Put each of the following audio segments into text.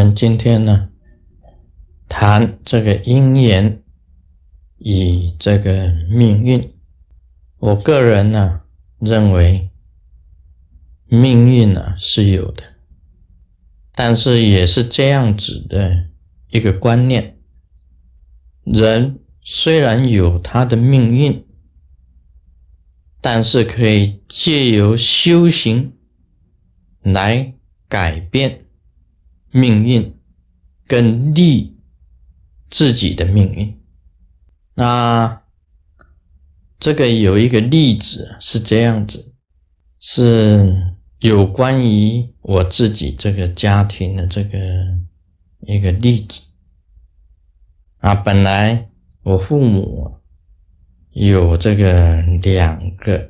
们今天呢，谈这个因缘与这个命运。我个人呢，认为命运呢是有的，但是也是这样子的一个观念，人虽然有他的命运，但是可以借由修行来改变命运跟利自己的命运。那这个有一个例子是这样子，是有关于我自己这个家庭的这个一个例子本来我父母有这个两个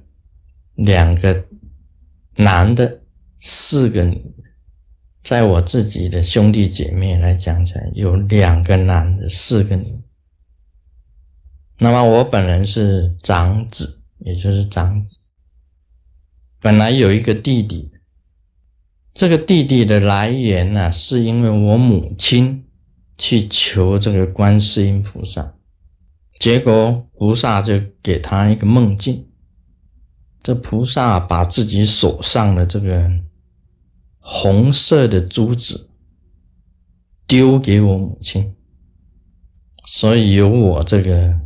男的，4个女的，在我自己的兄弟姐妹来讲起来，有2个男的，4个女的。那么我本人是长子，也就是长子。本来有一个弟弟，这个弟弟的来源呢，是因为我母亲去求这个观世音菩萨，结果菩萨就给他一个梦境，这菩萨把自己手上的这个红色的珠子丢给我母亲，所以有我这个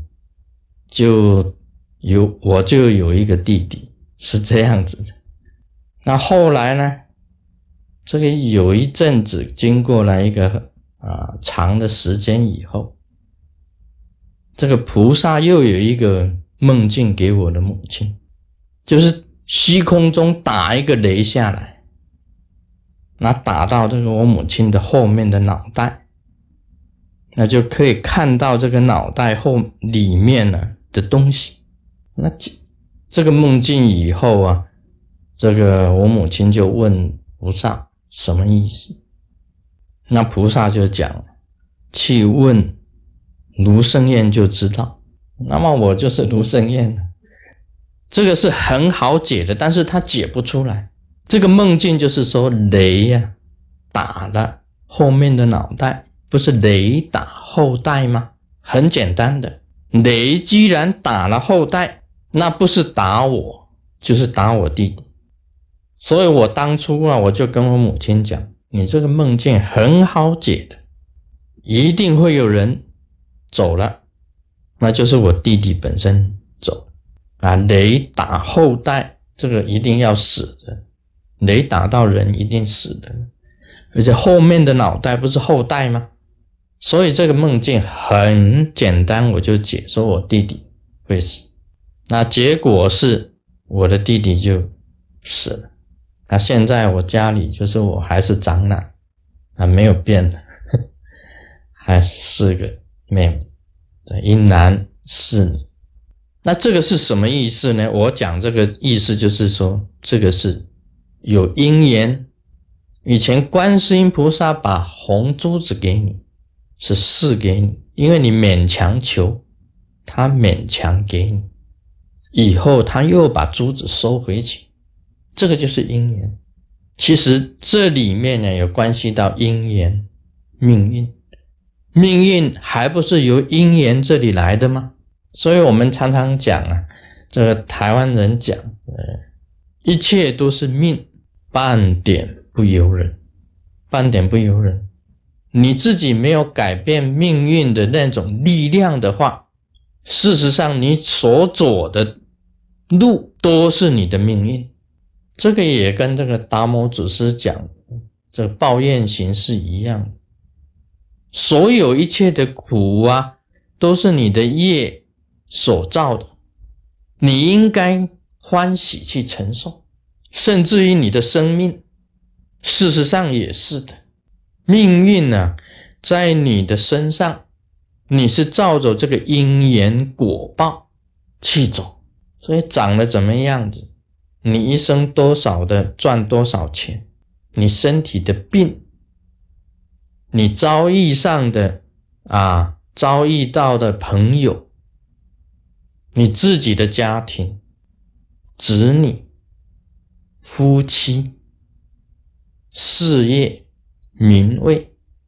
我就有一个弟弟，是这样子的。那后来呢，这个有一阵子经过了一个长的时间以后，这个菩萨又有一个梦境给我的母亲，就是虚空中打一个雷下来，那打到这个我母亲的后面的脑袋，那就可以看到这个脑袋里面的东西。那这个梦境以后这个我母亲就问菩萨什么意思，那菩萨就讲，去问卢胜彦就知道。那么我就是卢胜彦了。这个是很好解的，但是他解不出来。这个梦境就是说雷打了后面的脑袋，不是雷打后代吗？很简单的，雷既然打了后代，那不是打我，就是打我弟弟。所以我当初我就跟我母亲讲，你这个梦境很好解的，一定会有人走了，那就是我弟弟本身走了雷打后代，这个一定要死的，雷打到人一定死的，而且后面的脑袋不是后代吗？所以这个梦境很简单，我就解说我弟弟会死。那结果是我的弟弟就死了。那现在我家里就是我还是长男没有变的还是4个妹妹，1男4女。那这个是什么意思呢？我讲这个意思就是说，这个是有因缘。以前观世音菩萨把红珠子给你，是赐给你，因为你勉强求，他勉强给你，以后他又把珠子收回去，这个就是因缘。其实这里面有关系到因缘命运，命运还不是由因缘这里来的吗？所以我们常常讲这个台湾人讲一切都是命，半点不由人，半点不由人。你自己没有改变命运的那种力量的话，事实上你所走的路都是你的命运。这个也跟这个达摩祖师讲这个报怨行是一样的，所有一切的苦都是你的业所造的，你应该欢喜去承受，甚至于你的生命事实上也是的。命运在你的身上，你是照着这个因缘果报去走，所以长得怎么样子，你一生多少的赚多少钱，你身体的病，你遭遇上的遭遇到的朋友，你自己的家庭，子女，夫妻，事业，名位，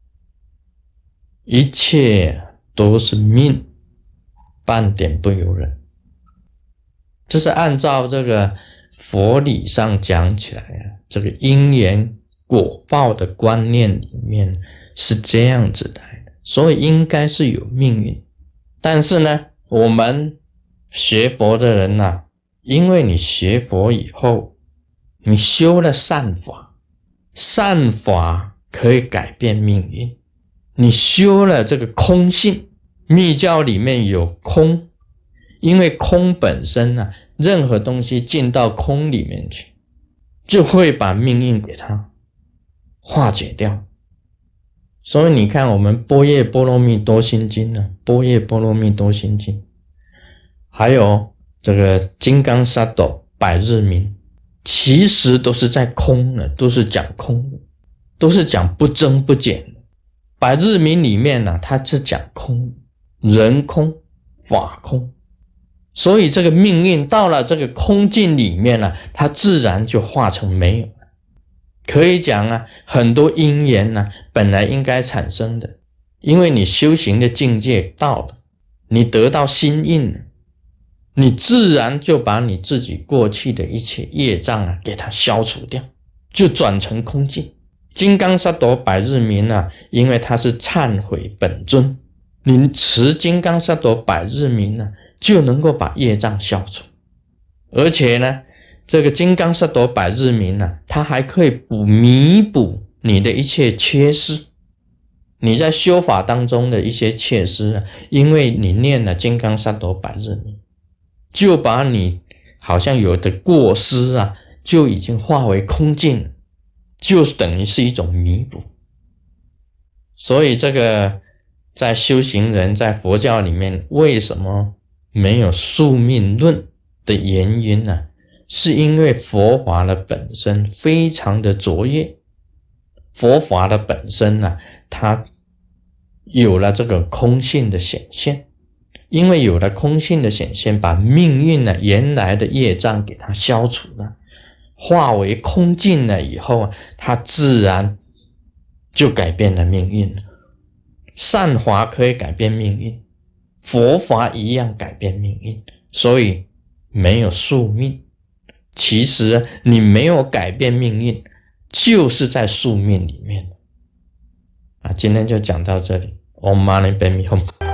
一切都是命，半点不由人。这是按照这个佛理上讲起来啊，这个因缘果报的观念里面是这样子来的，所以应该是有命运。但是呢，我们学佛的人啊，因为你学佛以后，你修了善法，善法可以改变命运。你修了这个空性，密教里面有空，因为空本身啊，任何东西进到空里面去，就会把命运给它化解掉。所以你看我们般若波罗蜜多心经呢，般若波罗蜜多心经，还有这个金刚萨埵百日明，其实都是在空的，都是讲空的，都是讲不增不减的。百日明里面呢，它是讲空，人空法空，所以这个命运到了这个空境里面呢，它自然就化成没有了。可以讲啊，很多因缘呢，本来应该产生的，因为你修行的境界到了，你得到心印了，你自然就把你自己过去的一切业障啊，给它消除掉，就转成空境。金刚萨埵百日明啊，因为它是忏悔本尊，你持金刚萨埵百日明啊，就能够把业障消除。而且呢，这个金刚萨埵百日明啊，它还可以弥补你的一切缺失。你在修法当中的一些缺失啊，因为你念了金刚萨埵百日明，就把你好像有的过失啊，就已经化为空境了，就是等于是一种弥补。所以这个在修行人在佛教里面为什么没有宿命论的原因呢？是因为佛法的本身非常的卓越，佛法的本身呢，它有了这个空性的显现，因为有了空性的显现，把命运呢原来的业障给它消除了，化为空境了以后，它自然就改变了命运了。善法可以改变命运，佛法一样改变命运，所以没有宿命。其实你没有改变命运，就是在宿命里面。今天就讲到这里。Om Mani Padme Hum。